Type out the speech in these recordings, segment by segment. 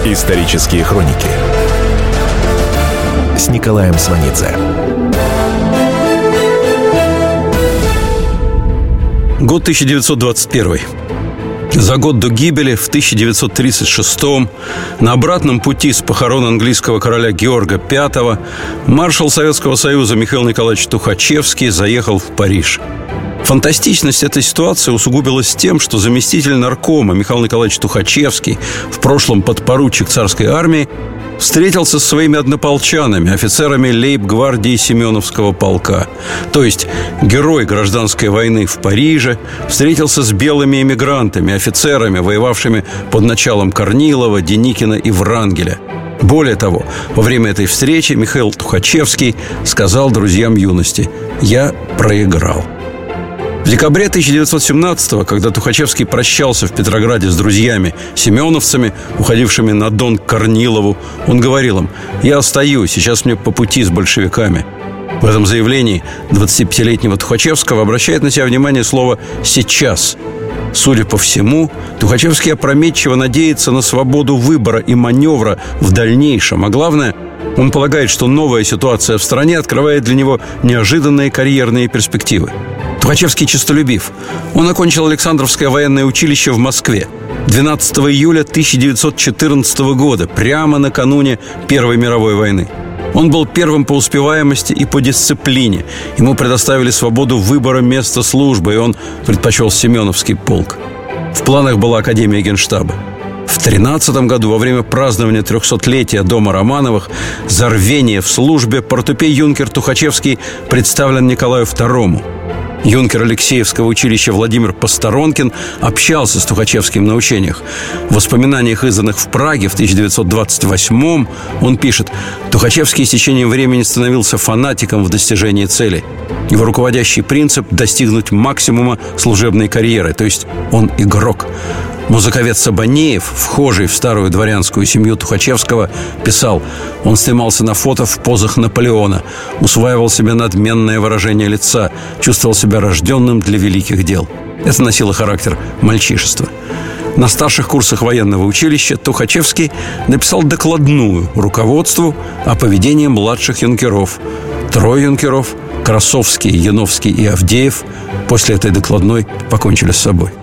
Исторические хроники с Николаем Сванидзе. Год 1921. За год до гибели, в 1936-м, на обратном пути с похорон английского короля Георга V, маршал Советского Союза Михаил Николаевич Тухачевский заехал в Париж. Фантастичность этой ситуации усугубилась тем, что заместитель наркома Михаил Николаевич Тухачевский, в прошлом подпоручик царской армии, встретился со своими однополчанами, офицерами лейб-гвардии Семеновского полка. То есть герой гражданской войны в Париже встретился с белыми эмигрантами, офицерами, воевавшими под началом Корнилова, Деникина и Врангеля. Более того, во время этой встречи Михаил Тухачевский сказал друзьям юности: «Я проиграл». В декабре 1917-го, когда Тухачевский прощался в Петрограде с друзьями-семеновцами, уходившими на Дон к Корнилову, он говорил им: «Я остаюсь, сейчас мне по пути с большевиками». В этом заявлении 25-летнего Тухачевского обращает на себя внимание слово «сейчас». Судя по всему, Тухачевский опрометчиво надеется на свободу выбора и маневра в дальнейшем, а главное, он полагает, что новая ситуация в стране открывает для него неожиданные карьерные перспективы. Тухачевский честолюбив. Он окончил Александровское военное училище в Москве 12 июля 1914 года, прямо накануне Первой мировой войны. Он был первым по успеваемости и по дисциплине. Ему предоставили свободу выбора места службы, и он предпочел Семеновский полк. В планах была Академия Генштаба. В 1913 году, во время празднования 300-летия дома Романовых, за рвение в службе портупей-юнкер Тухачевский представлен Николаю II. Юнкер Алексеевского училища Владимир Посторонкин общался с Тухачевским на учениях. В воспоминаниях, изданных в Праге в 1928-м, он пишет: «Тухачевский с течением времени становился фанатиком в достижении цели. Его руководящий принцип – достигнуть максимума служебной карьеры, то есть он игрок». Музыковед Сабанеев, вхожий в старую дворянскую семью Тухачевского, писал: «Он снимался на фото в позах Наполеона, усваивал себе надменное выражение лица, чувствовал себя рожденным для великих дел». Это носило характер мальчишества. На старших курсах военного училища Тухачевский написал докладную руководству о поведении младших юнкеров. 3 юнкеров – Красовский, Яновский и Авдеев – после этой докладной покончили с собой.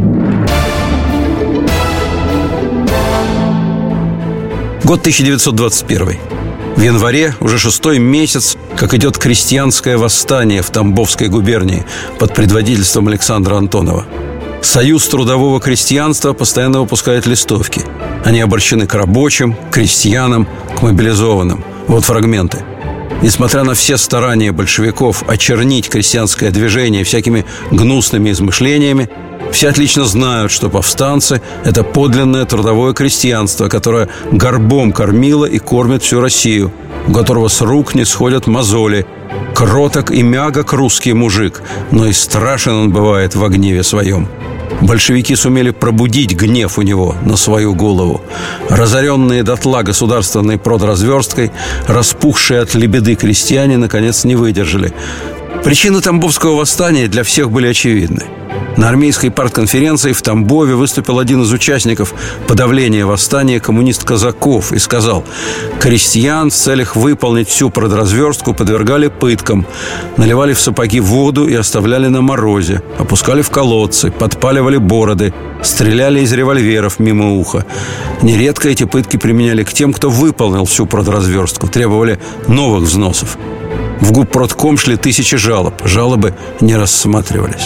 Год 1921. В январе, уже 6-й месяц, как идет крестьянское восстание в Тамбовской губернии под предводительством Александра Антонова. Союз трудового крестьянства постоянно выпускает листовки. Они обращены к рабочим, к крестьянам, к мобилизованным. Вот фрагменты. Несмотря на все старания большевиков очернить крестьянское движение всякими гнусными измышлениями, все отлично знают, что повстанцы – это подлинное трудовое крестьянство, которое горбом кормило и кормит всю Россию, у которого с рук не сходят мозоли. Кроток и мягок русский мужик, но и страшен он бывает в гневе своем. Большевики сумели пробудить гнев у него на свою голову. Разоренные дотла государственной продразверсткой, распухшие от лебеды крестьяне, наконец, не выдержали. Причины Тамбовского восстания для всех были очевидны. На армейской партконференции в Тамбове выступил один из участников подавления восстания, коммунист Казаков, и сказал: крестьян в целях выполнить всю продразверстку подвергали пыткам, наливали в сапоги воду и оставляли на морозе, опускали в колодцы, подпаливали бороды, стреляли из револьверов мимо уха. Нередко эти пытки применяли к тем, кто выполнил всю продразверстку, требовали новых взносов. В губпродком шли тысячи жалоб, жалобы не рассматривались.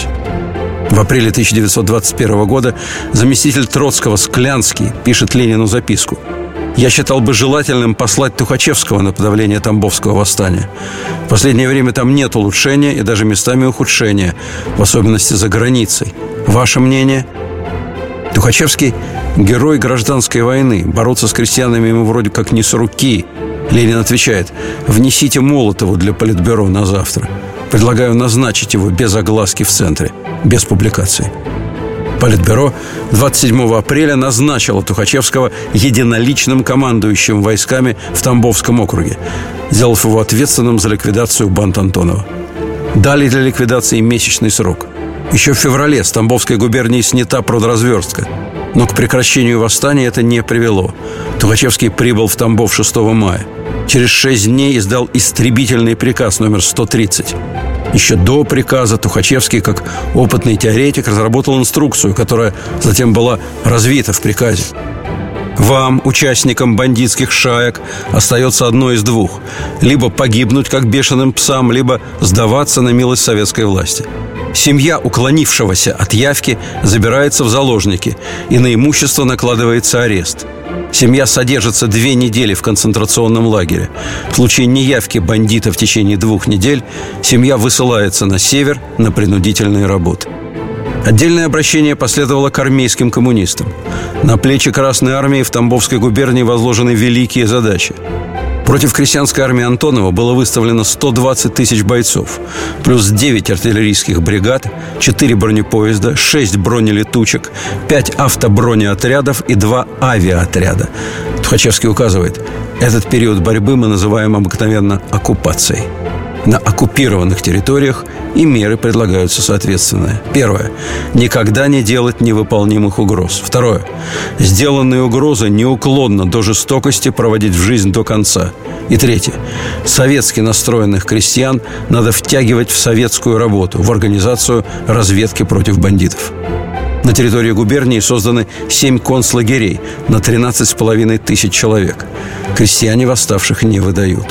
В апреле 1921 года заместитель Троцкого Склянский пишет Ленину записку: «Я считал бы желательным послать Тухачевского на подавление Тамбовского восстания. В последнее время там нет улучшения и даже местами ухудшения, в особенности за границей. Ваше мнение?» Тухачевский – герой гражданской войны. Бороться с крестьянами ему вроде как не с руки. Ленин отвечает: «Внесите Молотову для политбюро на завтра. Предлагаю назначить его без огласки в центре, без публикации». Политбюро 27 апреля назначило Тухачевского единоличным командующим войсками в Тамбовском округе, сделав его ответственным за ликвидацию банд Антонова. Дали для ликвидации месячный срок. Еще в феврале с Тамбовской губернии снята продразверстка. Но к прекращению восстания это не привело. Тухачевский прибыл в Тамбов 6 мая. Через 6 дней издал истребительный приказ номер 130. Еще до приказа Тухачевский, как опытный теоретик, разработал инструкцию, которая затем была развита в приказе. Вам, участникам бандитских шаек, остается одно из двух: либо погибнуть, как бешеным псам, либо сдаваться на милость советской власти. Семья уклонившегося от явки забирается в заложники, и на имущество накладывается арест. Семья содержится 2 недели в концентрационном лагере. В случае неявки бандита в течение 2 недель семья высылается на север на принудительные работы. Отдельное обращение последовало к армейским коммунистам. На плечи Красной армии в Тамбовской губернии возложены великие задачи. Против крестьянской армии Антонова было выставлено 120 тысяч бойцов, плюс 9 артиллерийских бригад, 4 бронепоезда, 6 бронелетучек, 5 автобронеотрядов и 2 авиаотряда. Тухачевский указывает: этот период борьбы мы называем обыкновенно оккупацией. На оккупированных территориях и меры предлагаются соответственные. Первое. Никогда не делать невыполнимых угроз. Второе. Сделанные угрозы неуклонно до жестокости проводить в жизнь до конца. И третье. Советски настроенных крестьян надо втягивать в советскую работу, в организацию разведки против бандитов. На территории губернии созданы 7 концлагерей на 13,5 тысяч человек. Крестьяне восставших не выдают.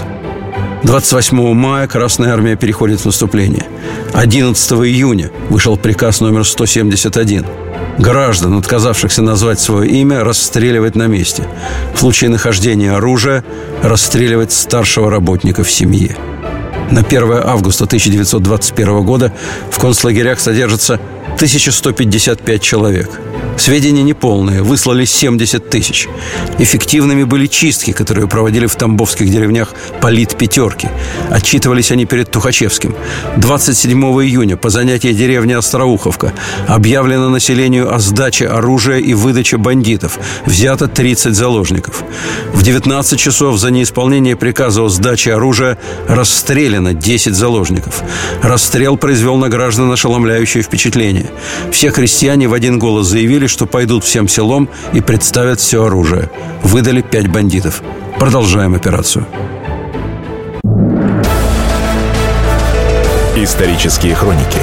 28 мая Красная армия переходит в наступление. 11 июня вышел приказ номер 171. Граждан, отказавшихся назвать свое имя, расстреливать на месте. В случае нахождения оружия расстреливать старшего работника в семье. На 1 августа 1921 года в концлагерях содержится 1155 человек. Сведения неполные, выслали 70 тысяч. Эффективными были чистки, которые проводили в тамбовских деревнях политпятерки. Отчитывались они перед Тухачевским. 27 июня по занятии деревни Остроуховка объявлено населению о сдаче оружия и выдаче бандитов. Взято 30 заложников. В 19 часов за неисполнение приказа о сдаче оружия расстреляно 10 заложников. Расстрел произвел на граждан ошеломляющее впечатление. Все крестьяне в один голос заявили, что пойдут всем селом и представят все оружие. Выдали 5 бандитов. Продолжаем операцию. Исторические хроники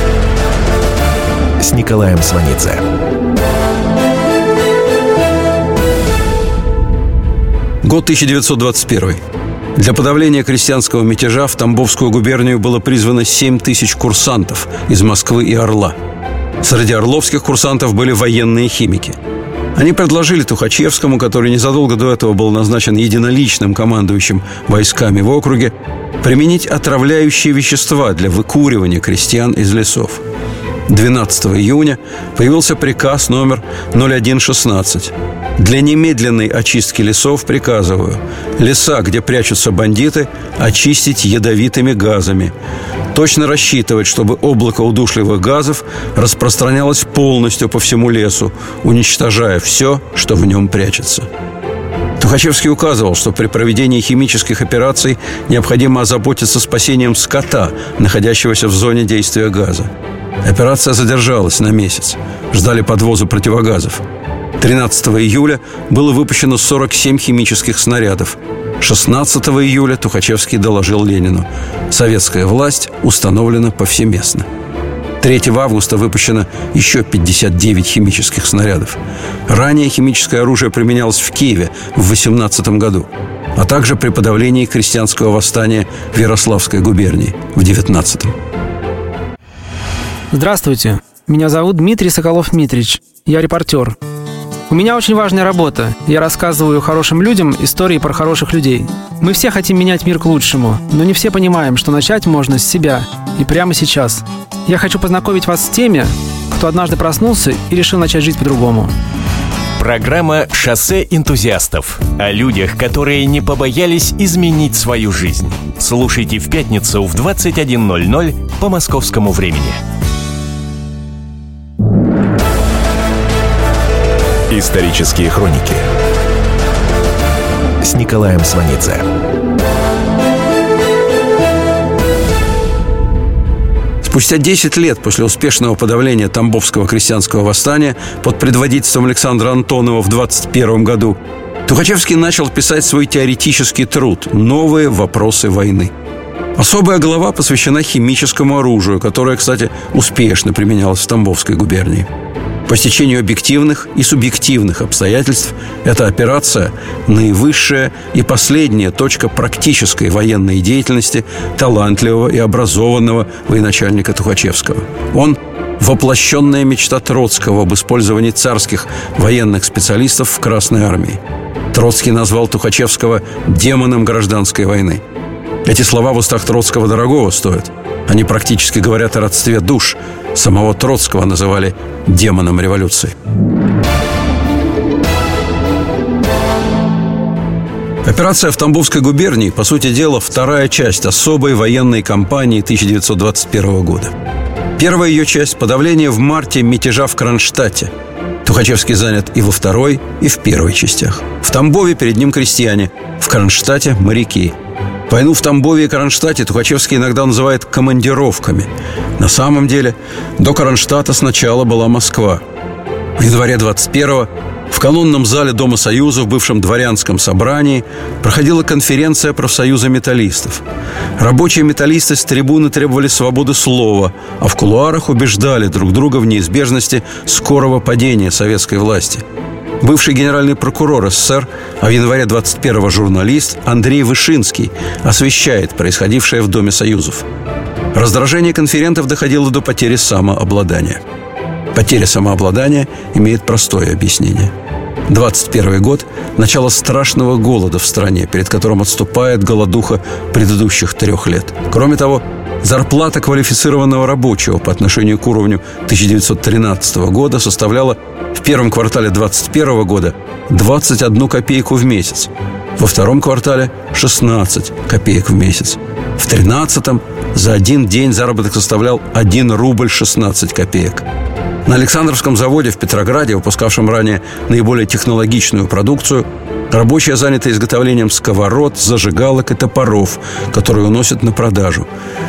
с Николаем Сванидзе. Год 1921. Для подавления крестьянского мятежа в Тамбовскую губернию было призвано 7 тысяч курсантов из Москвы и Орла. Среди орловских курсантов были военные химики. Они предложили Тухачевскому, который незадолго до этого был назначен единоличным командующим войсками в округе, применить отравляющие вещества для выкуривания крестьян из лесов. 12 июня появился приказ номер 0116. Для немедленной очистки лесов приказываю: леса, где прячутся бандиты, очистить ядовитыми газами. Точно рассчитывать, чтобы облако удушливых газов распространялось полностью по всему лесу, уничтожая все, что в нем прячется. Тухачевский указывал, что при проведении химических операций необходимо озаботиться спасением скота, находящегося в зоне действия газа. Операция задержалась на месяц. Ждали подвоза противогазов. 13 июля было выпущено 47 химических снарядов. 16 июля Тухачевский доложил Ленину: советская власть установлена повсеместно. 3 августа выпущено еще 59 химических снарядов. Ранее химическое оружие применялось в Киеве в 18 году, а также при подавлении крестьянского восстания в Ярославской губернии в 19. Здравствуйте, меня зовут Дмитрий Соколов-Митрич, я репортер. У меня очень важная работа. Я рассказываю хорошим людям истории про хороших людей. Мы все хотим менять мир к лучшему, но не все понимаем, что начать можно с себя и прямо сейчас. Я хочу познакомить вас с теми, кто однажды проснулся и решил начать жить по-другому. Программа «Шоссе энтузиастов» о людях, которые не побоялись изменить свою жизнь. Слушайте в пятницу в 21:00 по московскому времени. Исторические хроники с Николаем Сванидзе. Спустя 10 лет после успешного подавления Тамбовского крестьянского восстания под предводительством Александра Антонова в 21 году Тухачевский начал писать свой теоретический труд «Новые вопросы войны». Особая глава посвящена химическому оружию, которое, кстати, успешно применялось в Тамбовской губернии. По стечению объективных и субъективных обстоятельств эта операция – наивысшая и последняя точка практической военной деятельности талантливого и образованного военачальника Тухачевского. Он – воплощенная мечта Троцкого об использовании царских военных специалистов в Красной армии. Троцкий назвал Тухачевского демоном гражданской войны. Эти слова в устах Троцкого дорогого стоят. Они практически говорят о родстве душ. Самого Троцкого называли демоном революции. Операция в Тамбовской губернии, по сути дела, вторая часть особой военной кампании 1921 года. Первая ее часть – подавление в марте мятежа в Кронштадте. Тухачевский занят и во второй, и в первой частях. В Тамбове перед ним крестьяне, в Кронштадте – моряки. Войну в Тамбове и Кронштадте Тухачевский иногда называет командировками. На самом деле, до Кронштадта сначала была Москва. В январе 21-го в колонном зале Дома Союза в бывшем дворянском собрании проходила конференция профсоюза металлистов. Рабочие металлисты с трибуны требовали свободы слова, а в кулуарах убеждали друг друга в неизбежности скорого падения советской власти. Бывший генеральный прокурор СССР, а в январе 21-го журналист Андрей Вышинский освещает происходившее в Доме Союзов. Раздражение конферентов доходило до потери самообладания. Потеря самообладания имеет простое объяснение. 21 год – начало страшного голода в стране, перед которым отступает голодуха предыдущих 3 лет. Кроме того, зарплата квалифицированного рабочего по отношению к уровню 1913 года составляла в первом квартале 2021 года 21 копейку в месяц, во втором квартале 16 копеек в месяц. В 2013 за один день заработок составлял 1 рубль 16 копеек. На Александровском заводе в Петрограде, выпускавшем ранее наиболее технологичную продукцию, рабочие заняты изготовлением сковород, зажигалок и топоров, которые уносят на продажу.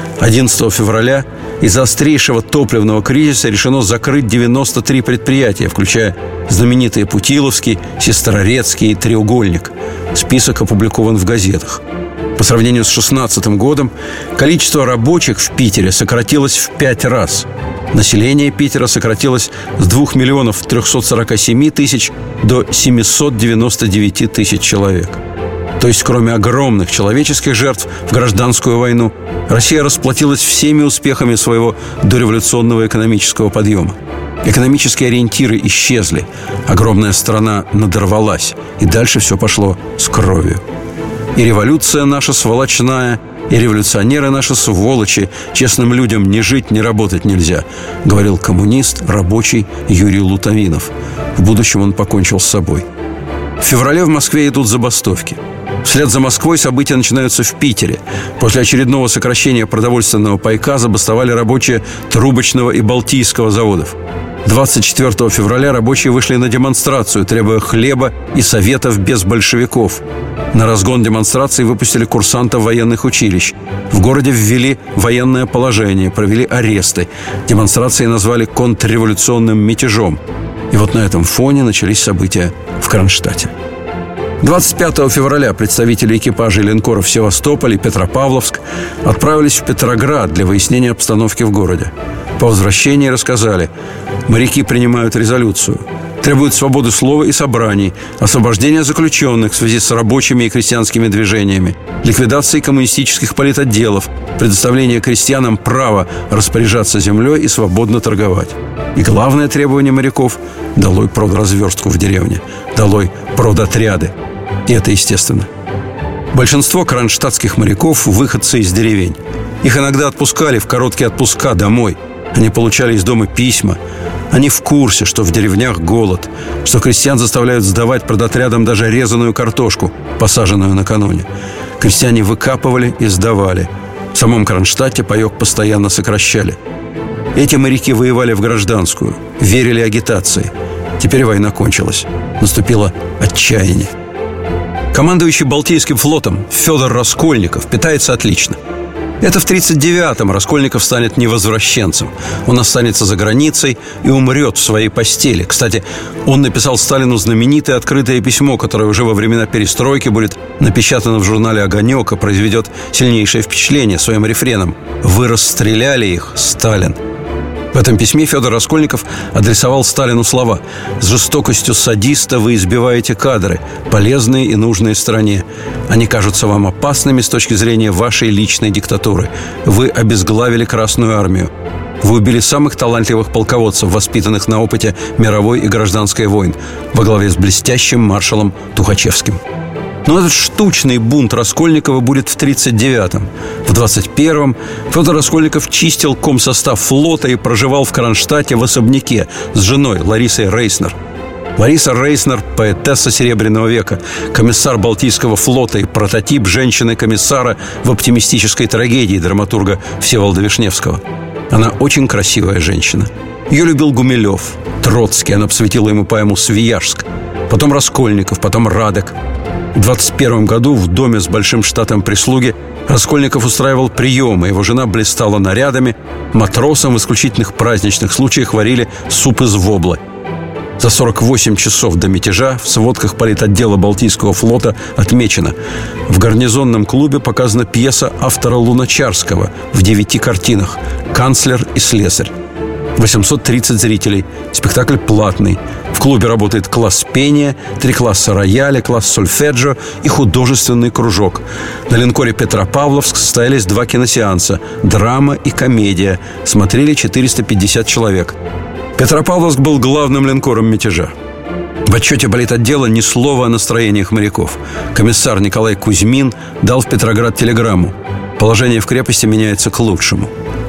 11 февраля из-за острейшего топливного кризиса решено закрыть 93 предприятия, включая знаменитые Путиловский, Сестрорецкий и Треугольник. Список опубликован в газетах. По сравнению с 2016 годом количество рабочих в Питере сократилось в 5 раз. Население Питера сократилось с 2 миллионов 347 тысяч до 799 тысяч человек. То есть, кроме огромных человеческих жертв в гражданскую войну, Россия расплатилась всеми успехами своего дореволюционного экономического подъема. Экономические ориентиры исчезли, огромная страна надорвалась, и дальше все пошло с кровью. И революция наша сволочная, и революционеры наши сволочи, честным людям ни жить, ни работать нельзя, говорил коммунист, рабочий Юрий Лутовинов. В будущем он покончил с собой. В феврале в Москве идут забастовки. Вслед за Москвой события начинаются в Питере. После очередного сокращения продовольственного пайка забастовали рабочие Трубочного и Балтийского заводов. 24 февраля рабочие вышли на демонстрацию, требуя хлеба и советов без большевиков. На разгон демонстрации выпустили курсантов военных училищ. В городе ввели военное положение, провели аресты. Демонстрации назвали контрреволюционным мятежом. И вот на этом фоне начались события в Кронштадте. 25 февраля представители экипажей линкоров «Севастополь» и «Петропавловск» отправились в Петроград для выяснения обстановки в городе. По возвращении рассказали: моряки принимают резолюцию, требуют свободы слова и собраний, освобождения заключенных в связи с рабочими и крестьянскими движениями, ликвидации коммунистических политотделов, предоставления крестьянам права распоряжаться землей и свободно торговать. И главное требование моряков – долой продразверстку в деревне, долой продотряды. И это естественно. Большинство кронштадтских моряков – выходцы из деревень. Их иногда отпускали в короткие отпуска домой. Они получали из дома письма. Они в курсе, что в деревнях голод, что крестьян заставляют сдавать продотрядам даже резаную картошку, посаженную накануне. Крестьяне выкапывали и сдавали. В самом Кронштадте паёк постоянно сокращали. Эти моряки воевали в гражданскую, верили агитации. Теперь война кончилась. Наступило отчаяние. Командующий Балтийским флотом Федор Раскольников питается отлично. Это в 1939-м Раскольников станет невозвращенцем. Он останется за границей и умрет в своей постели. Кстати, он написал Сталину знаменитое открытое письмо, которое уже во времена перестройки будет напечатано в журнале «Огонек» и произведет сильнейшее впечатление своим рефреном: «Вы расстреляли их, Сталин». В этом письме Федор Раскольников адресовал Сталину слова: «С жестокостью садиста вы избиваете кадры, полезные и нужные стране. Они кажутся вам опасными с точки зрения вашей личной диктатуры. Вы обезглавили Красную армию. Вы убили самых талантливых полководцев, воспитанных на опыте мировой и гражданской войн, во главе с блестящим маршалом Тухачевским». Но этот штучный бунт Раскольникова будет в 1939-м. В 1921-м Федор Раскольников чистил комсостав флота и проживал в Кронштадте в особняке с женой Ларисой Рейснер. Лариса Рейснер – поэтесса Серебряного века, комиссар Балтийского флота и прототип женщины-комиссара в оптимистической трагедии драматурга Всеволода Вишневского. Она очень красивая женщина. Ее любил Гумилев, Троцкий, она посвятила ему поэму «Свияжск». Потом Раскольников, потом Радек. В 1921 году в доме с большим штатом прислуги Раскольников устраивал приемы. Его жена блистала нарядами. Матросам в исключительных праздничных случаях варили суп из воблы. За 48 часов до мятежа в сводках политотдела Балтийского флота отмечено: в гарнизонном клубе показана пьеса автора Луначарского в 9 картинах «Канцлер и слесарь». 830 зрителей. Спектакль платный. В клубе работает класс пения, 3 класса рояля, класс сольфеджио и художественный кружок. На линкоре «Петропавловск» состоялись 2 киносеанса – драма и комедия. Смотрели 450 человек. Петропавловск был главным линкором мятежа. В отчете политотдела ни слова о настроениях моряков. Комиссар Николай Кузьмин дал в Петроград телеграмму: положение в крепости меняется к лучшему.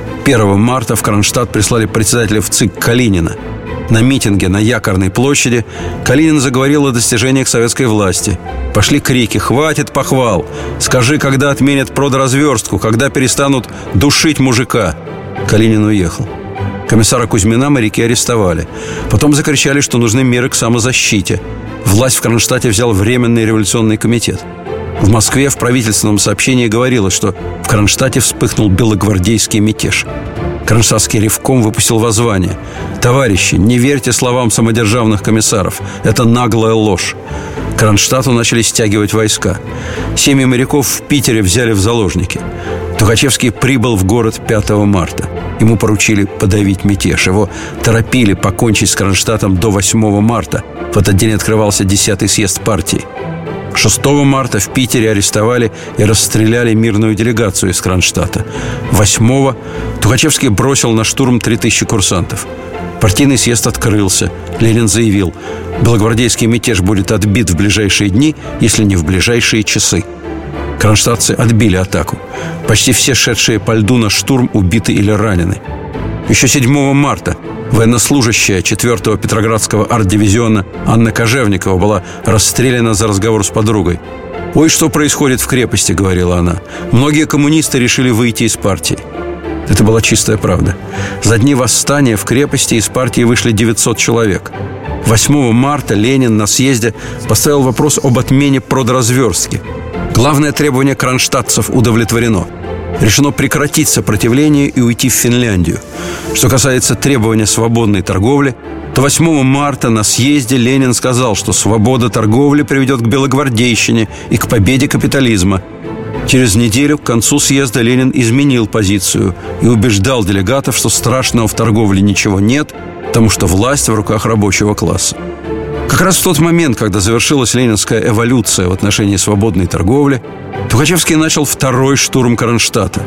1 марта в Кронштадт прислали председателя ВЦИК Калинина. На митинге на Якорной площади Калинин заговорил о достижениях советской власти. Пошли крики: «Хватит похвал! Скажи, когда отменят продразверстку, когда перестанут душить мужика!» Калинин уехал. Комиссара Кузьмина моряки арестовали. Потом закричали, что нужны меры к самозащите. Власть в Кронштадте взял Временный революционный комитет. В Москве в правительственном сообщении говорилось, что в Кронштадте вспыхнул белогвардейский мятеж. Кронштадтский ревком выпустил воззвание: «Товарищи, не верьте словам самодержавных комиссаров. Это наглая ложь». К Кронштадту начали стягивать войска. Семьи моряков в Питере взяли в заложники. Тухачевский прибыл в город 5 марта. Ему поручили подавить мятеж. Его торопили покончить с Кронштадтом до 8 марта. В этот день открывался 10-й съезд партии. 6 марта в Питере арестовали и расстреляли мирную делегацию из Кронштадта. 8-го Тухачевский бросил на штурм 3000 курсантов. Партийный съезд открылся. Ленин заявил: белогвардейский мятеж будет отбит в ближайшие дни, если не в ближайшие часы. Кронштадтцы отбили атаку. Почти все шедшие по льду на штурм убиты или ранены. Еще 7 марта военнослужащая 4-го Петроградского арт-дивизиона Анна Кожевникова была расстреляна за разговор с подругой. «Ой, что происходит в крепости», — говорила она. «Многие коммунисты решили выйти из партии». Это была чистая правда. За дни восстания в крепости из партии вышли 900 человек. 8 марта Ленин на съезде поставил вопрос об отмене продразверстки. Главное требование кронштадтцев удовлетворено. Решено прекратить сопротивление и уйти в Финляндию. Что касается требования свободной торговли, то 8 марта на съезде Ленин сказал, что свобода торговли приведет к белогвардейщине и к победе капитализма. Через неделю, к концу съезда, Ленин изменил позицию и убеждал делегатов, что страшного в торговле ничего нет, потому что власть в руках рабочего класса. Как раз в тот момент, когда завершилась ленинская эволюция в отношении свободной торговли, Тухачевский начал второй штурм Кронштадта.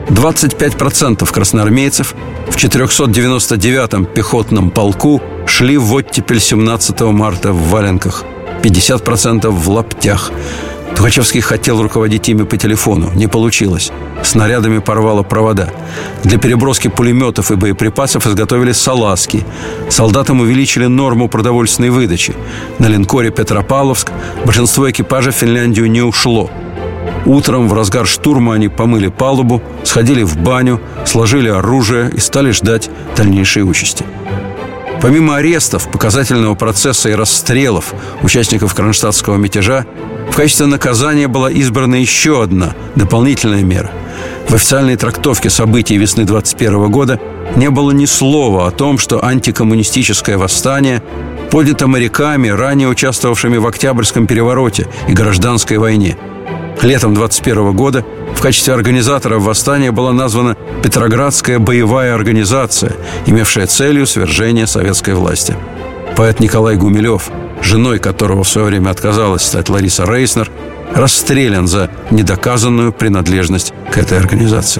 25% красноармейцев в 499-м пехотном полку шли в оттепель 17 марта в валенках, 50% в лаптях. Тухачевский хотел руководить ими по телефону. Не получилось. Снарядами порвало провода. Для переброски пулеметов и боеприпасов изготовили салазки. Солдатам увеличили норму продовольственной выдачи. На линкоре «Петропавловск» большинство экипажа в Финляндию не ушло. Утром в разгар штурма они помыли палубу, сходили в баню, сложили оружие и стали ждать дальнейшей участи. Помимо арестов, показательного процесса и расстрелов участников кронштадтского мятежа, в качестве наказания была избрана еще одна дополнительная мера. В официальной трактовке событий весны 21 года не было ни слова о том, что антикоммунистическое восстание поднято моряками, ранее участвовавшими в Октябрьском перевороте и гражданской войне. Летом 21 года в качестве организаторов восстания была названа Петроградская боевая организация, имевшая целью свержение советской власти. Поэт Николай Гумилев, женой которого в свое время отказалась стать Лариса Рейснер, расстрелян за недоказанную принадлежность к этой организации.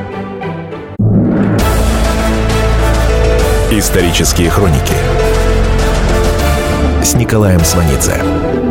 Исторические хроники с Николаем Сванидзе.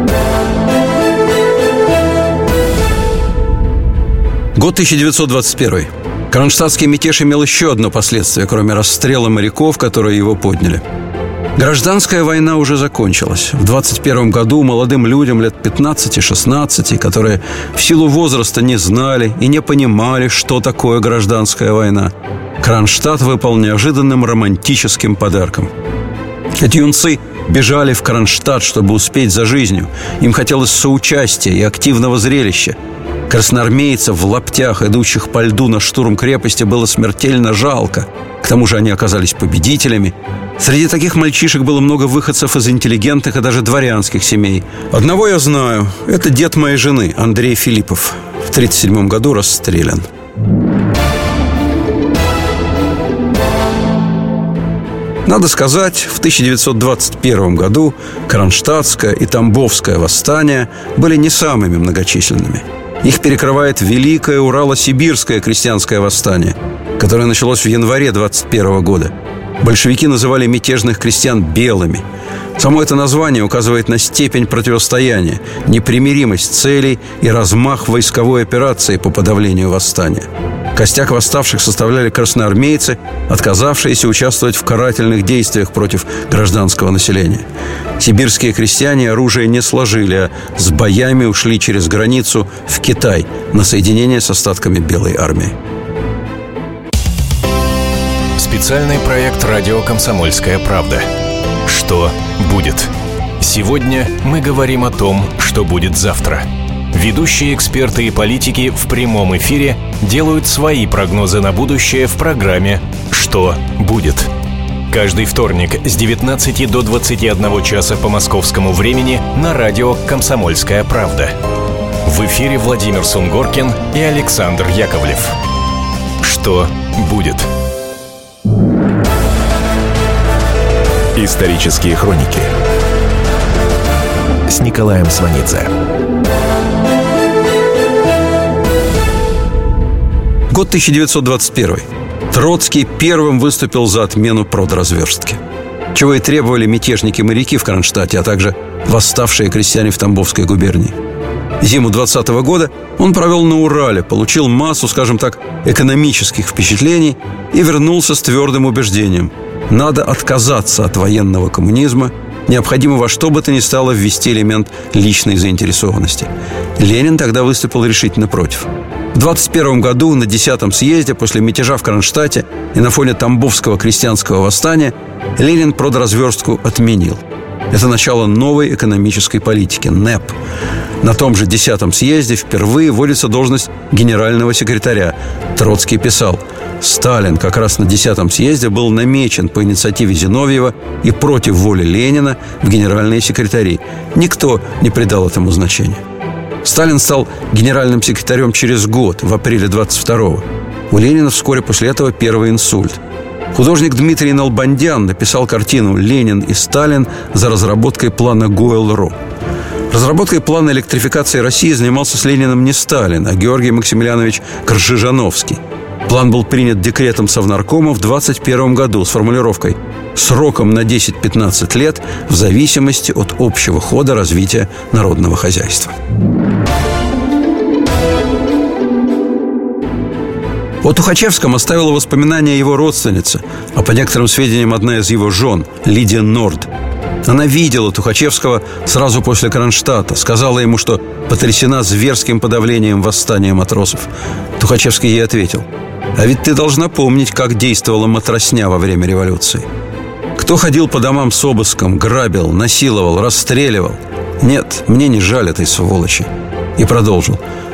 Год 1921. Кронштадтский мятеж имел еще одно последствие, кроме расстрела моряков, которые его подняли. Гражданская война уже закончилась. В 21 году молодым людям лет 15-16, которые в силу возраста не знали и не понимали, что такое гражданская война, Кронштадт выпал неожиданным романтическим подарком. Эти юнцы бежали в Кронштадт, чтобы успеть за жизнью. Им хотелось соучастия и активного зрелища. Красноармейцев в лаптях, идущих по льду на штурм крепости, было смертельно жалко. К тому же они оказались победителями. Среди таких мальчишек было много выходцев из интеллигентных и даже дворянских семей. Одного я знаю. Это дед моей жены, Андрей Филиппов. В 1937 году расстрелян. Надо сказать, в 1921 году Кронштадтское и Тамбовское восстания были не самыми многочисленными. Их перекрывает Великое Урало-Сибирское крестьянское восстание, которое началось в январе 1921 года. Большевики называли мятежных крестьян белыми. Само это название указывает на степень противостояния, непримиримость целей и размах войсковой операции по подавлению восстания. Костяк восставших составляли красноармейцы, отказавшиеся участвовать в карательных действиях против гражданского населения. Сибирские крестьяне оружие не сложили, а с боями ушли через границу в Китай на соединение с остатками Белой армии. Специальный проект «Радио Комсомольская правда». Что будет? Сегодня мы говорим о том, что будет завтра. Ведущие эксперты и политики в прямом эфире делают свои прогнозы на будущее в программе «Что будет?». Каждый вторник с 19 до 21 часа по московскому времени на радио «Комсомольская правда». В эфире Владимир Сунгоркин и Александр Яковлев. Что будет? Исторические хроники с Николаем Сванидзе. Год 1921. Троцкий первым выступил за отмену продразверстки, чего и требовали мятежники-моряки в Кронштадте, а также восставшие крестьяне в Тамбовской губернии. Зиму 20 года он провел на Урале, получил массу, скажем так, экономических впечатлений и вернулся с твердым убеждением: надо отказаться от военного коммунизма, необходимо во что бы то ни стало ввести элемент личной заинтересованности. Ленин тогда выступил решительно против. В 1921 году на 10-м съезде после мятежа в Кронштадте и на фоне Тамбовского крестьянского восстания Ленин продразверстку отменил. Это начало новой экономической политики – НЭП. На том же 10-м съезде впервые вводится должность генерального секретаря. Троцкий писал: Сталин как раз на 10-м съезде был намечен по инициативе Зиновьева и против воли Ленина в генеральные секретари. Никто не придал этому значения. Сталин стал генеральным секретарем через год, в апреле 22-го. У Ленина вскоре после этого первый инсульт. Художник Дмитрий Налбандян написал картину «Ленин и Сталин» за разработкой плана Гойл-Ро. Разработкой плана электрификации России занимался с Лениным не Сталин, а Георгий Максимилианович Кржижановский. План был принят декретом Совнаркома в 1921 году с формулировкой «сроком на 10-15 лет в зависимости от общего хода развития народного хозяйства». О Тухачевском оставила воспоминания его родственница, а по некоторым сведениям одна из его жен, Лидия Норд. Она видела Тухачевского сразу после Кронштадта, сказала ему, что потрясена зверским подавлением восстания матросов. Тухачевский ей ответил: «А ведь ты должна помнить, как действовала матросня во время революции. Кто ходил по домам с обыском, грабил, насиловал, расстреливал? Нет, мне не жаль этой сволочи». И продолжил: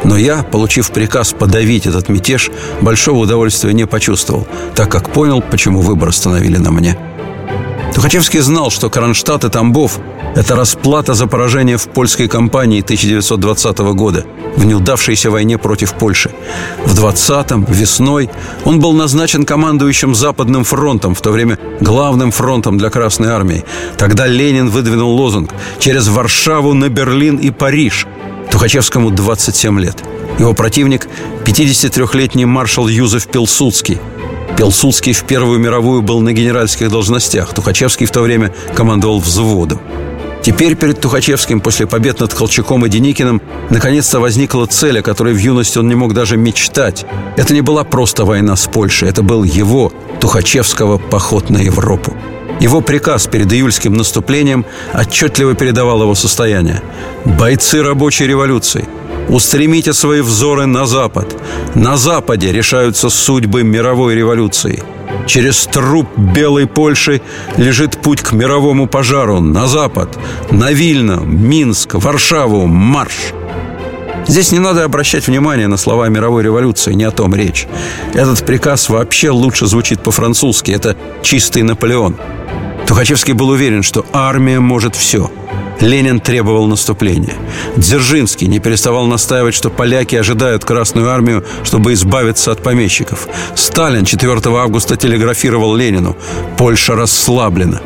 Но я, получив приказ подавить этот мятеж, большого удовольствия не почувствовал, так как понял, почему выбор остановили на мне. Тухачевский знал, что Кронштадт и Тамбов – это расплата за поражение в польской кампании 1920 года, в неудавшейся войне против Польши. В 20-м, весной, он был назначен командующим Западным фронтом, в то время главным фронтом для Красной армии. Тогда Ленин выдвинул лозунг «Через Варшаву на Берлин и Париж». Тухачевскому 27 лет. Его противник – 53-летний маршал Юзеф Пилсудский. Пилсудский в Первую мировую был на генеральских должностях. Тухачевский в то время командовал взводом. Теперь перед Тухачевским после побед над Колчаком и Деникиным наконец-то возникла цель, о которой в юности он не мог даже мечтать. Это не была просто война с Польшей, это был его, Тухачевского, поход на Европу. Его приказ перед июльским наступлением отчетливо передавал его состояние. «Бойцы рабочей революции, устремите свои взоры на Запад. На Западе решаются судьбы мировой революции. Через труп Белой Польши лежит путь к мировому пожару. На Запад, на Вильно, Минск, Варшаву, марш!» Здесь не надо обращать внимание на слова мировой революции, не о том речь. Этот приказ вообще лучше звучит по-французски. Это чистый Наполеон. Тухачевский был уверен, что армия может все. Ленин требовал наступления. Дзержинский не переставал настаивать, что поляки ожидают Красную армию, чтобы избавиться от помещиков. Сталин 4 августа телеграфировал Ленину: «Польша расслаблена».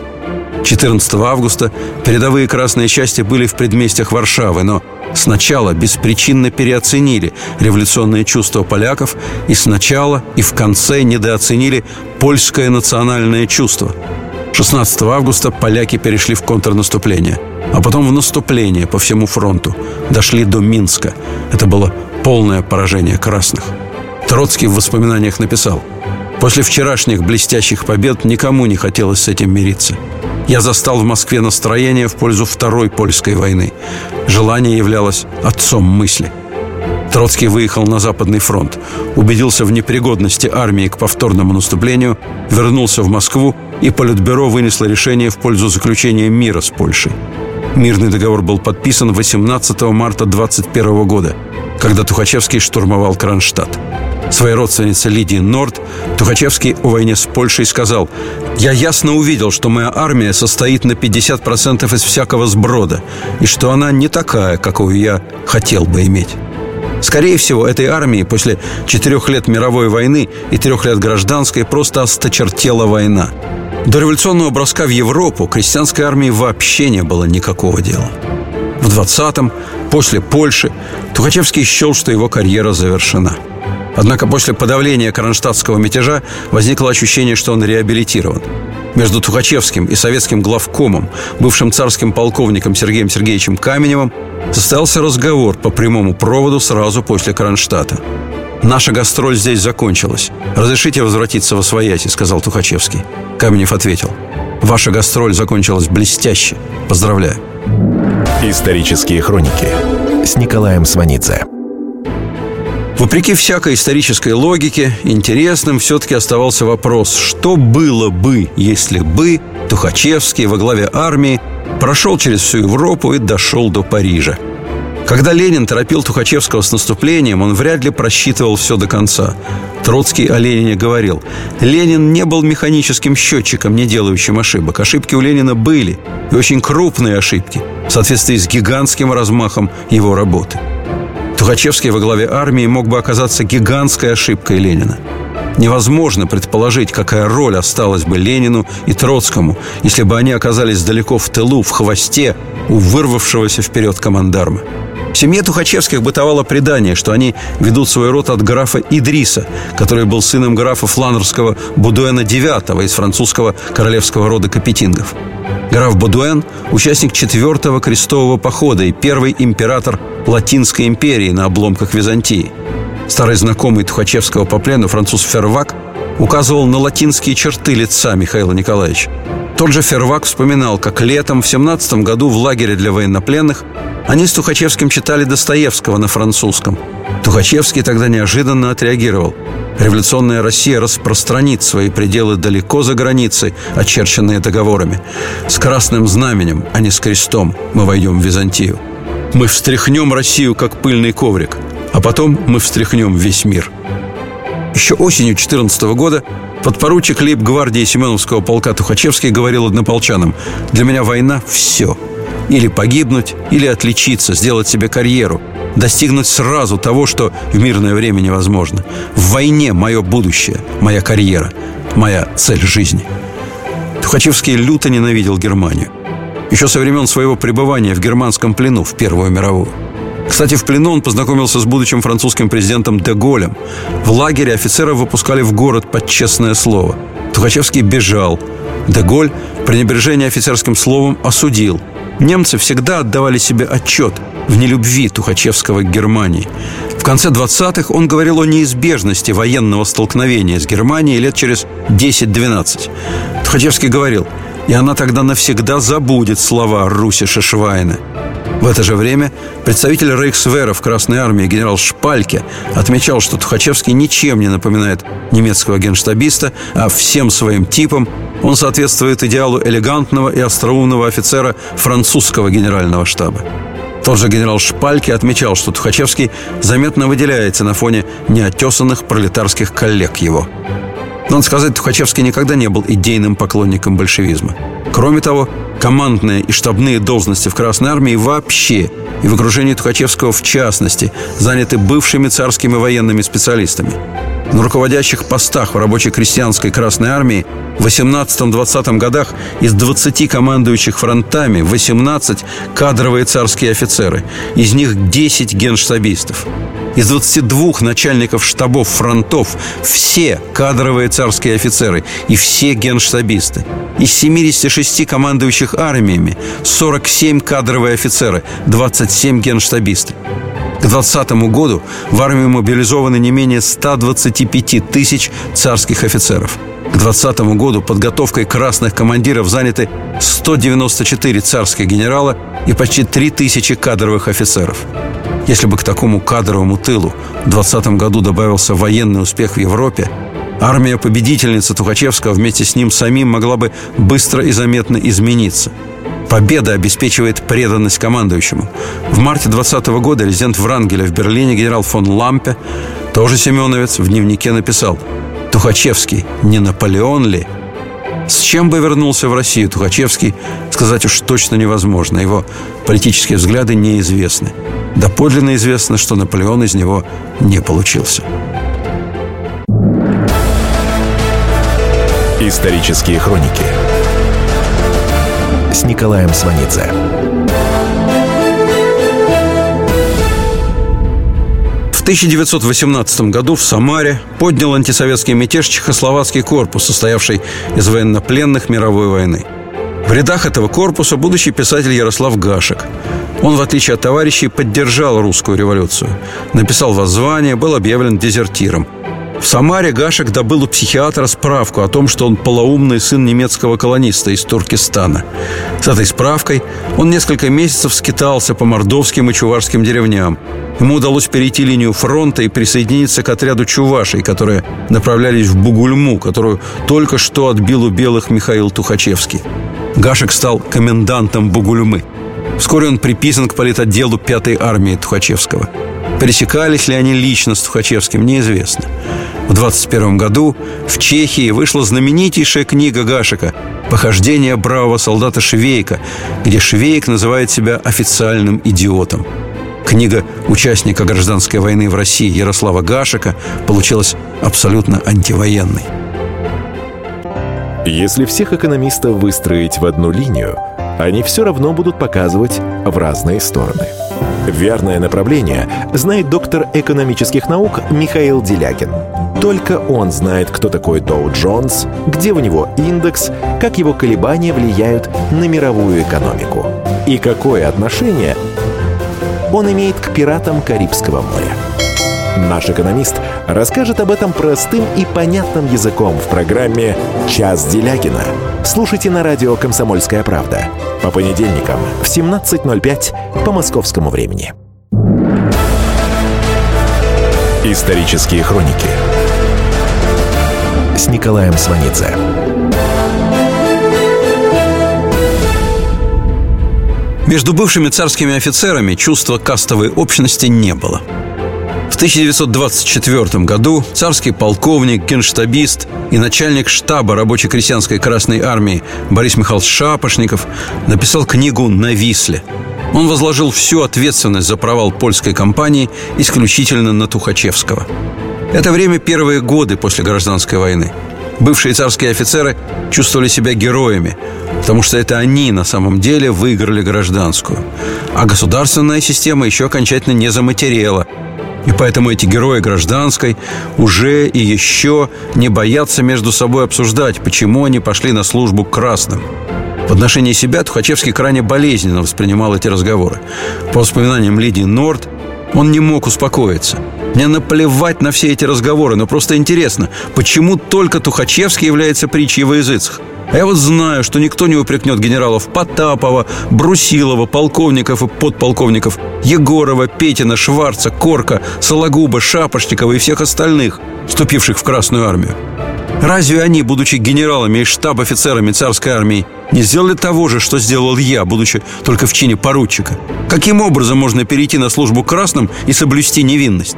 14 августа передовые красные части были в предместьях Варшавы, но сначала беспричинно переоценили революционные чувства поляков и сначала и в конце недооценили польское национальное чувство. 16 августа поляки перешли в контрнаступление, а потом в наступление по всему фронту. Дошли до Минска. Это было полное поражение красных. Троцкий в воспоминаниях написал: «После вчерашних блестящих побед никому не хотелось с этим мириться. Я застал в Москве настроение в пользу Второй польской войны. Желание являлось отцом мысли». Троцкий выехал на Западный фронт, убедился в непригодности армии к повторному наступлению, вернулся в Москву, и Политбюро вынесло решение в пользу заключения мира с Польшей. Мирный договор был подписан 18 марта 1921 года, когда Тухачевский штурмовал Кронштадт. Своей родственнице Лидии Норд Тухачевский о войне с Польшей сказал: «Я ясно увидел, что моя армия состоит на 50% из всякого сброда, и что она не такая, какую я хотел бы иметь». Скорее всего, этой армии после 4 лет мировой войны и 3 лет гражданской просто осточертела война. До революционного броска в Европу крестьянской армии вообще не было никакого дела. В 20-м, после Польши, Тухачевский счел, что его карьера завершена. Однако после подавления кронштадтского мятежа возникло ощущение, что он реабилитирован. Между Тухачевским и советским главкомом, бывшим царским полковником Сергеем Сергеевичем Каменевым, состоялся разговор по прямому проводу сразу после Кронштадта. «Наша гастроль здесь закончилась. Разрешите возвратиться восвояси», — сказал Тухачевский. Каменев ответил: «Ваша гастроль закончилась блестяще. Поздравляю». Исторические хроники с Николаем Сванидзе. Вопреки всякой исторической логике, интересным все-таки оставался вопрос, что было бы, если бы Тухачевский во главе армии прошел через всю Европу и дошел до Парижа. Когда Ленин торопил Тухачевского с наступлением, он вряд ли просчитывал все до конца. Троцкий о Ленине говорил: «Ленин не был механическим счетчиком, не делающим ошибок. Ошибки у Ленина были, и очень крупные ошибки, в соответствии с гигантским размахом его работы». Тухачевский во главе армии мог бы оказаться гигантской ошибкой Ленина. Невозможно предположить, какая роль осталась бы Ленину и Троцкому, если бы они оказались далеко в тылу, в хвосте у вырвавшегося вперед командарма. В семье Тухачевских бытовало предание, что они ведут свой род от графа Идриса, который был сыном графа фландерского Бодуэна IX из французского королевского рода Капетингов. Граф Бодуэн – участник 4-го крестового похода и первый император Латинской империи на обломках Византии. Старый знакомый Тухачевского по плену француз Фервак указывал на латинские черты лица Михаила Николаевича. Тот же Фервак вспоминал, как летом в 17 году в лагере для военнопленных они с Тухачевским читали Достоевского на французском. Тухачевский тогда неожиданно отреагировал: «Революционная Россия распространит свои пределы далеко за границы, очерченные договорами. С красным знаменем, а не с крестом, мы войдем в Византию. Мы встряхнем Россию, как пыльный коврик, а потом мы встряхнем весь мир. Еще осенью 2014 года подпоручик лейб-гвардии Семеновского полка Тухачевский говорил однополчанам: «Для меня война – все. Или погибнуть, или отличиться, сделать себе карьеру, достигнуть сразу того, что в мирное время невозможно. В войне мое будущее, моя карьера, моя цель жизни». Тухачевский люто ненавидел Германию. Еще со времен своего пребывания в германском плену в Первую мировую. Кстати, в плену он познакомился с будущим французским президентом де Голлем. В лагере офицеров выпускали в город под честное слово. Тухачевский бежал. Де Голль пренебрежение офицерским словом осудил. Немцы всегда отдавали себе отчет в нелюбви Тухачевского к Германии. В конце 20-х он говорил о неизбежности военного столкновения с Германией лет через 10-12. Тухачевский говорил: «И она тогда навсегда забудет слова Русиша Швайна». В это же время представитель Рейхсвера в Красной армии генерал Шпальке отмечал, что Тухачевский ничем не напоминает немецкого генштабиста, а всем своим типом он соответствует идеалу элегантного и остроумного офицера французского генерального штаба. Тот же генерал Шпальке отмечал, что Тухачевский заметно выделяется на фоне неотесанных пролетарских коллег его. Надо сказать, Тухачевский никогда не был идейным поклонником большевизма. Кроме того, командные и штабные должности в Красной армии вообще и в окружении Тухачевского в частности заняты бывшими царскими военными специалистами. На руководящих постах в рабочей крестьянской Красной армии в 18-20 годах из 20 командующих фронтами 18 кадровые царские офицеры, из них 10 генштабистов. Из 22 начальников штабов фронтов все кадровые царские офицеры и все генштабисты. Из 76 командующих армиями 47 кадровые офицеры, 27 генштабисты. К 2020 году в армию мобилизованы не менее 125 тысяч царских офицеров. К 2020 году подготовкой красных командиров заняты 194 царских генерала и почти 3000 кадровых офицеров. Если бы к такому кадровому тылу в 2020 году добавился военный успех в Европе, армия-победительница Тухачевского вместе с ним самим могла бы быстро и заметно измениться. Победа обеспечивает преданность командующему. В марте 2020 года резидент Врангеля в Берлине генерал фон Лампе, тоже семеновец, в дневнике написал: «Тухачевский, не Наполеон ли?» С чем бы вернулся в Россию Тухачевский, сказать уж точно невозможно. Его политические взгляды неизвестны. Доподлинно известно, что Наполеон из него не получился. Исторические хроники с Николаем Сванидзе. В 1918 году в Самаре поднял антисоветский мятеж Чехословацкий корпус, состоявший из военнопленных мировой войны. В рядах этого корпуса будущий писатель Ярослав Гашек. Он, в отличие от товарищей, поддержал русскую революцию. Написал воззвание, был объявлен дезертиром. В Самаре Гашек добыл у психиатра справку о том, что он полоумный сын немецкого колониста из Туркестана. С этой справкой он несколько месяцев скитался по мордовским и чувашским деревням. Ему удалось перейти линию фронта и присоединиться к отряду чувашей, которые направлялись в Бугульму, которую только что отбил у белых Михаил Тухачевский. Гашек стал комендантом Бугульмы. Вскоре он приписан к политотделу 5-й армии Тухачевского. Пересекались ли они лично с Тухачевским, неизвестно. В 1921 году в Чехии вышла знаменитейшая книга Гашека «Похождения бравого солдата Швейка», где Швейк называет себя официальным идиотом. Книга участника гражданской войны в России Ярослава Гашека получилась абсолютно антивоенной. Если всех экономистов выстроить в одну линию, они все равно будут показывать в разные стороны. Верное направление знает доктор экономических наук Михаил Делягин. Только он знает, кто такой Доу Джонс, где у него индекс, как его колебания влияют на мировую экономику и какое отношение он имеет к пиратам Карибского моря. Наш экономист расскажет об этом простым и понятным языком в программе «Час Делягина». Слушайте на радио «Комсомольская правда» по понедельникам в 17:05 по московскому времени. Исторические хроники с Николаем Сванидзе. Между бывшими царскими офицерами чувства кастовой общности не было. В 1924 году царский полковник, генштабист и начальник штаба рабоче-крестьянской Красной Армии Борис Михайлович Шапошников написал книгу «На Висле». Он возложил всю ответственность за провал польской кампании исключительно на Тухачевского. Это время первые годы после гражданской войны. Бывшие царские офицеры чувствовали себя героями, потому что это они на самом деле выиграли гражданскую. А государственная система еще окончательно не заматерела. И поэтому эти герои гражданской уже и еще не боятся между собой обсуждать, почему они пошли на службу к красным. В отношении себя Тухачевский крайне болезненно воспринимал эти разговоры. По воспоминаниям Лидии Норд, он не мог успокоиться. Мне наплевать на все эти разговоры, но просто интересно, почему только Тухачевский является притчей во языцах? А я вот знаю, что никто не упрекнет генералов Потапова, Брусилова, полковников и подполковников Егорова, Петина, Шварца, Корка, Сологуба, Шапошникова и всех остальных, вступивших в Красную армию. Разве они, будучи генералами и штаб-офицерами царской армии, не сделали того же, что сделал я, будучи только в чине поручика? Каким образом можно перейти на службу к красным и соблюсти невинность?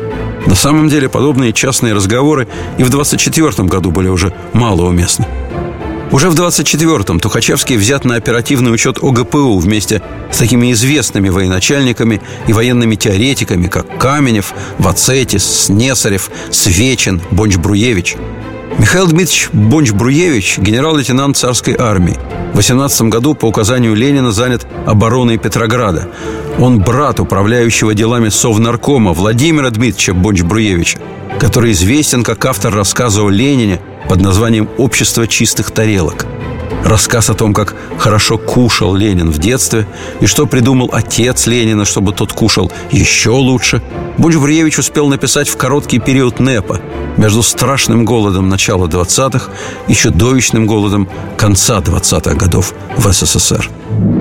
На самом деле подобные частные разговоры и в 24-м году были уже малоуместны. Уже в 24-м Тухачевский взят на оперативный учет ОГПУ вместе с такими известными военачальниками и военными теоретиками, как Каменев, Вацетис, Снесарев, Свечин, Бонч-Бруевич. Михаил Дмитриевич Бонч-Бруевич – генерал-лейтенант царской армии. В 18 году по указанию Ленина занят обороной Петрограда. Он брат управляющего делами Совнаркома Владимира Дмитриевича Бонч-Бруевича, который известен как автор рассказа о Ленине под названием «Общество чистых тарелок». Рассказ о том, как хорошо кушал Ленин в детстве и что придумал отец Ленина, чтобы тот кушал еще лучше, Бонч-Бруевич успел написать в короткий период НЭПа между страшным голодом начала 20-х и чудовищным голодом конца 20-х годов в СССР.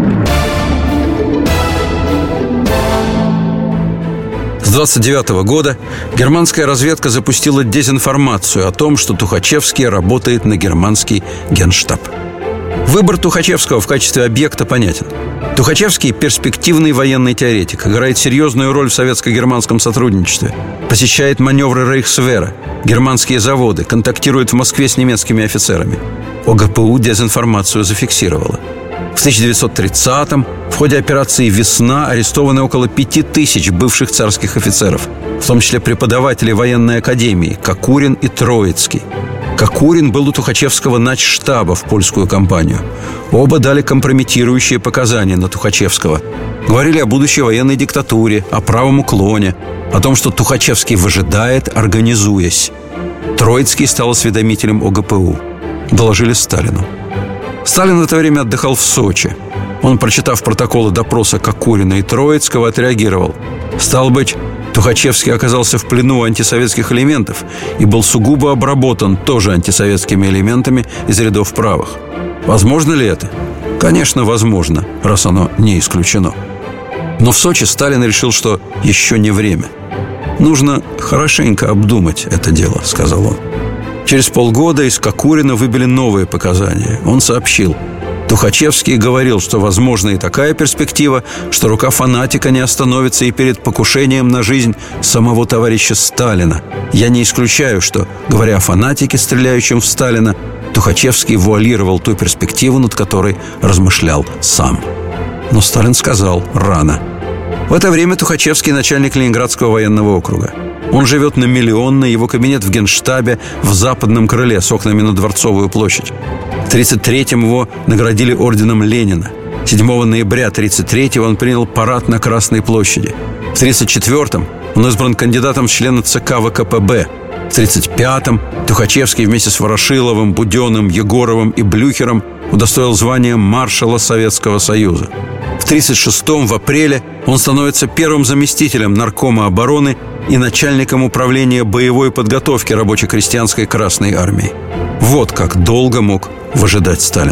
С 1929 года германская разведка запустила дезинформацию о том, что Тухачевский работает на германский генштаб. Выбор Тухачевского в качестве объекта понятен. Тухачевский – перспективный военный теоретик, играет серьезную роль в советско-германском сотрудничестве, посещает маневры Рейхсвера, германские заводы, контактирует в Москве с немецкими офицерами. ОГПУ дезинформацию зафиксировала. В 1930-м в ходе операции «Весна» арестованы около 5000 бывших царских офицеров, в том числе преподавателей военной академии Кокурин и Троицкий. Кокурин был у Тухачевского начштаба в польскую кампанию. Оба дали компрометирующие показания на Тухачевского. Говорили о будущей военной диктатуре, о правом уклоне, о том, что Тухачевский выжидает, организуясь. Троицкий стал осведомителем ОГПУ. Доложили Сталину. Сталин в это время отдыхал в Сочи. Он, прочитав протоколы допроса Кокурина и Троицкого, отреагировал. Стало быть, Тухачевский оказался в плену антисоветских элементов и был сугубо обработан тоже антисоветскими элементами из рядов правых. Возможно ли это? Конечно, возможно, раз оно не исключено. Но в Сочи Сталин решил, что еще не время. «Нужно хорошенько обдумать это дело», — сказал он. Через полгода из Кокурина выбили новые показания. Он сообщил: Тухачевский говорил, что возможна и такая перспектива, что рука фанатика не остановится и перед покушением на жизнь самого товарища Сталина. Я не исключаю, что, говоря о фанатике, стреляющем в Сталина, Тухачевский вуалировал ту перспективу, над которой размышлял сам. Но Сталин сказал: рано. В это время Тухачевский начальник Ленинградского военного округа. Он живет на Миллионной, его кабинет в Генштабе в западном крыле с окнами на Дворцовую площадь. В 1933-м его наградили орденом Ленина. 7 ноября 1933-го он принял парад на Красной площади. В 1934-м он избран кандидатом в члены ЦК ВКПБ. В 1935-м Тухачевский вместе с Ворошиловым, Буденным, Егоровым и Блюхером удостоил звания маршала Советского Союза. В 1936-м, в апреле, он становится первым заместителем наркома обороны и начальником управления боевой подготовки рабоче-крестьянской Красной армии. Вот как долго мог выжидать Сталин.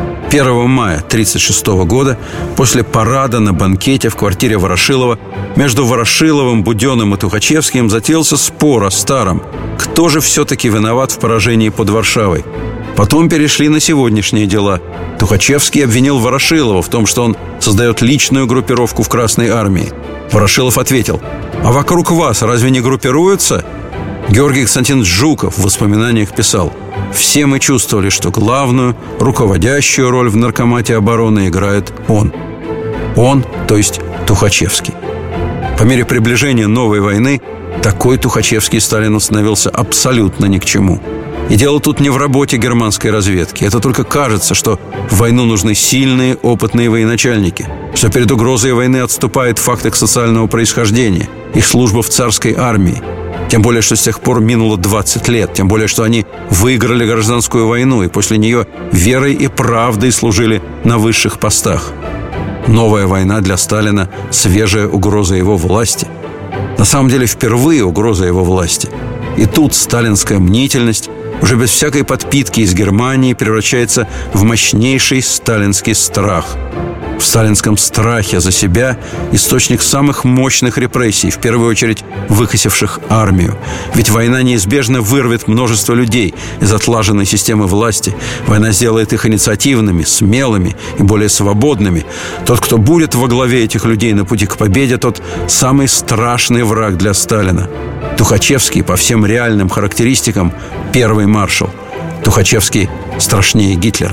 1 мая 1936 года, после парада на банкете в квартире Ворошилова, между Ворошиловым, Буденным и Тухачевским затеялся спор о старом. Кто же все-таки виноват в поражении под Варшавой? Потом перешли на сегодняшние дела. Тухачевский обвинил Ворошилова в том, что он создает личную группировку в Красной армии. Ворошилов ответил: «А вокруг вас разве не группируются?» Георгий Константинович Жуков в воспоминаниях писал: «Все мы чувствовали, что главную, руководящую роль в Наркомате обороны играет он». Он, то есть Тухачевский. По мере приближения новой войны такой Тухачевский Сталину становился абсолютно ни к чему. И дело тут не в работе германской разведки. Это только кажется, что в войну нужны сильные, опытные военачальники, что перед угрозой войны отступает факт их социального происхождения, их служба в царской армии. Тем более, что с тех пор минуло 20 лет. Тем более, что они выиграли гражданскую войну и после нее верой и правдой служили на высших постах. Новая война для Сталина – свежая угроза его власти. На самом деле, впервые угроза его власти. И тут сталинская мнительность уже без всякой подпитки из Германии превращается в мощнейший сталинский страх. В сталинском страхе за себя источник самых мощных репрессий, в первую очередь выкосивших армию. Ведь война неизбежно вырвет множество людей из отлаженной системы власти. Война сделает их инициативными, смелыми и более свободными. Тот, кто будет во главе этих людей на пути к победе, тот самый страшный враг для Сталина. Тухачевский по всем реальным характеристикам первый маршал. Тухачевский страшнее Гитлера.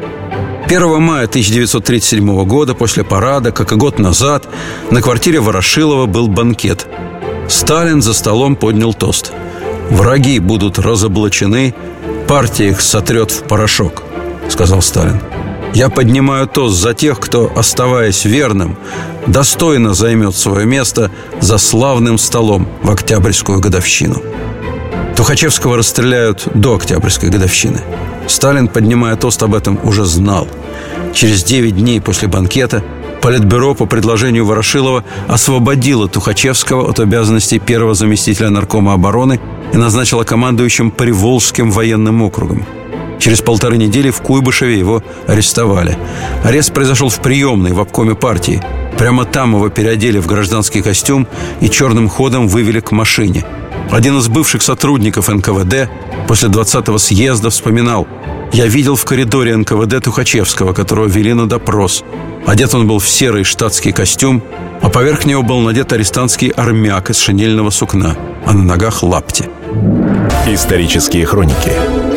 1 мая 1937 года, после парада, как и год назад, на квартире Ворошилова был банкет. Сталин за столом поднял тост: «Враги будут разоблачены, партия их сотрет в порошок», — сказал Сталин. «Я поднимаю тост за тех, кто, оставаясь верным, достойно займет свое место за славным столом в Октябрьскую годовщину». Тухачевского расстреляют до Октябрьской годовщины. Сталин, поднимая тост, об этом уже знал. Через 9 дней после банкета Политбюро по предложению Ворошилова освободило Тухачевского от обязанностей первого заместителя наркома обороны и назначило командующим Приволжским военным округом. Через 1,5 недели в Куйбышеве его арестовали. Арест произошел в приемной в обкоме партии. Прямо там его переодели в гражданский костюм и черным ходом вывели к машине. Один из бывших сотрудников НКВД после 20-го съезда вспоминал: «Я видел в коридоре НКВД Тухачевского, которого вели на допрос. Одет он был в серый штатский костюм, а поверх него был надет арестантский армяк из шинельного сукна, а на ногах лапти». Исторические хроники.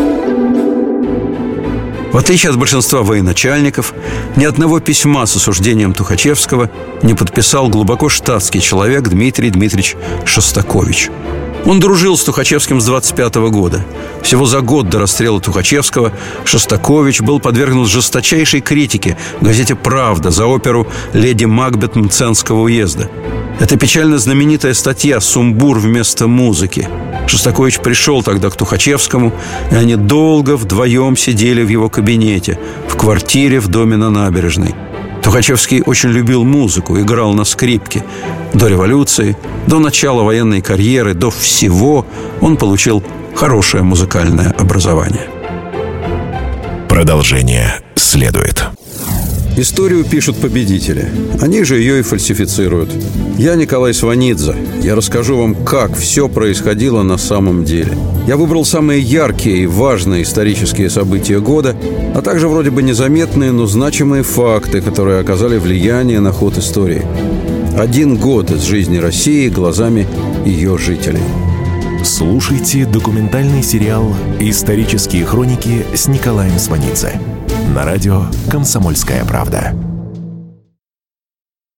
В отличие от большинства военачальников, ни одного письма с осуждением Тухачевского не подписал глубоко штатский человек Дмитрий Дмитриевич Шостакович. Он дружил с Тухачевским с 25 года. Всего за год до расстрела Тухачевского Шостакович был подвергнут жесточайшей критике в газете «Правда» за оперу «Леди Макбет Мценского уезда». Это печально знаменитая статья «Сумбур вместо музыки». Шостакович пришел тогда к Тухачевскому, и они долго вдвоем сидели в его кабинете, в квартире в доме на Набережной. Тухачевский очень любил музыку, играл на скрипке. До революции, до начала военной карьеры, до всего он получил хорошее музыкальное образование. Продолжение следует. Историю пишут победители. Они же ее и фальсифицируют. Я Николай Сванидзе. Я расскажу вам, как все происходило на самом деле. Я выбрал самые яркие и важные исторические события года, а также вроде бы незаметные, но значимые факты, которые оказали влияние на ход истории. 1 год из жизни России глазами ее жителей. Слушайте документальный сериал «Исторические хроники» с Николаем Сванидзе на радио «Комсомольская правда».